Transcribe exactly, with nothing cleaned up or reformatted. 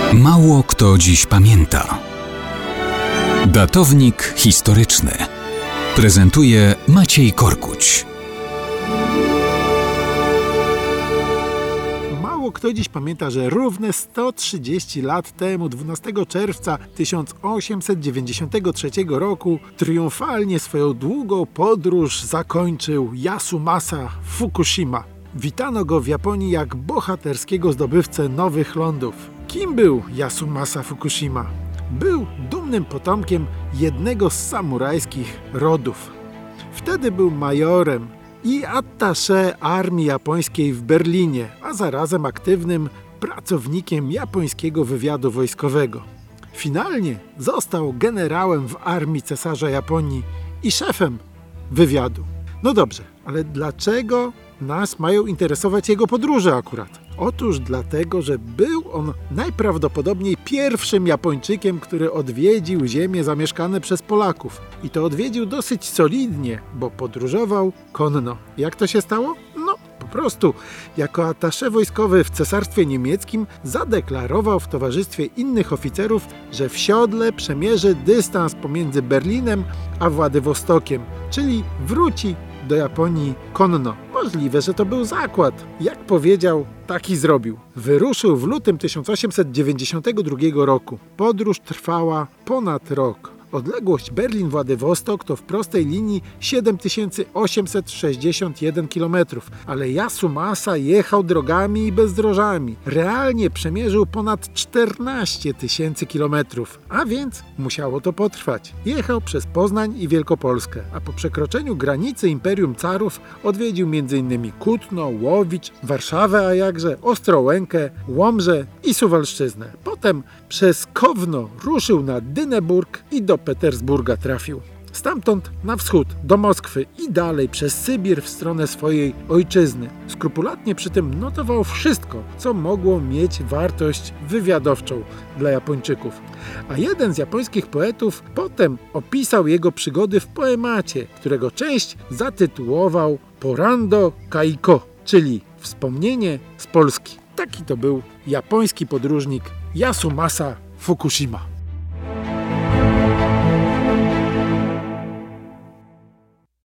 Mało kto dziś pamięta. Datownik historyczny prezentuje Maciej Korkuć. Mało kto dziś pamięta, że równe sto trzydzieści lat temu, dwunastego czerwca tysiąc osiemset dziewięćdziesiątego trzeciego roku, triumfalnie swoją długą podróż zakończył Yasumasa Fukushima. Witano go w Japonii jak bohaterskiego zdobywcę nowych lądów. Kim był Yasumasa Fukushima? Był dumnym potomkiem jednego z samurajskich rodów. Wtedy był majorem i attaché armii japońskiej w Berlinie, a zarazem aktywnym pracownikiem japońskiego wywiadu wojskowego. Finalnie został generałem w armii cesarza Japonii i szefem wywiadu. No dobrze, ale dlaczego nas mają interesować jego podróże akurat? Otóż dlatego, że był on najprawdopodobniej pierwszym Japończykiem, który odwiedził ziemię zamieszkane przez Polaków. I to odwiedził dosyć solidnie, bo podróżował konno. Jak to się stało? No, po prostu jako attaché wojskowy w Cesarstwie Niemieckim zadeklarował w towarzystwie innych oficerów, że w siodle przemierzy dystans pomiędzy Berlinem a Władywostokiem, czyli wróci do Japonii konno. Możliwe, że to był zakład. Jak powiedział, taki zrobił. Wyruszył w lutym tysiąc osiemset dziewięćdziesiątego drugiego roku. Podróż trwała ponad rok. Odległość Berlin-Władywostok to w prostej linii siedem tysięcy osiemset sześćdziesiąt jeden kilometrów, ale Yasumasa jechał drogami i bezdrożami. Realnie przemierzył ponad czternaście tysięcy kilometrów, a więc musiało to potrwać. Jechał przez Poznań i Wielkopolskę, a po przekroczeniu granicy Imperium Carów odwiedził między innymi Kutno, Łowicz, Warszawę, a jakże Ostrołękę, Łomżę i Suwalszczyznę. Potem przez Kowno ruszył na Dyneburg i do Petersburga trafił. Stamtąd na wschód, do Moskwy i dalej przez Sybir w stronę swojej ojczyzny. Skrupulatnie przy tym notował wszystko, co mogło mieć wartość wywiadowczą dla Japończyków. A jeden z japońskich poetów potem opisał jego przygody w poemacie, którego część zatytułował Porando Kaiko, czyli wspomnienie z Polski. Taki to był japoński podróżnik Yasumasa Fukushima.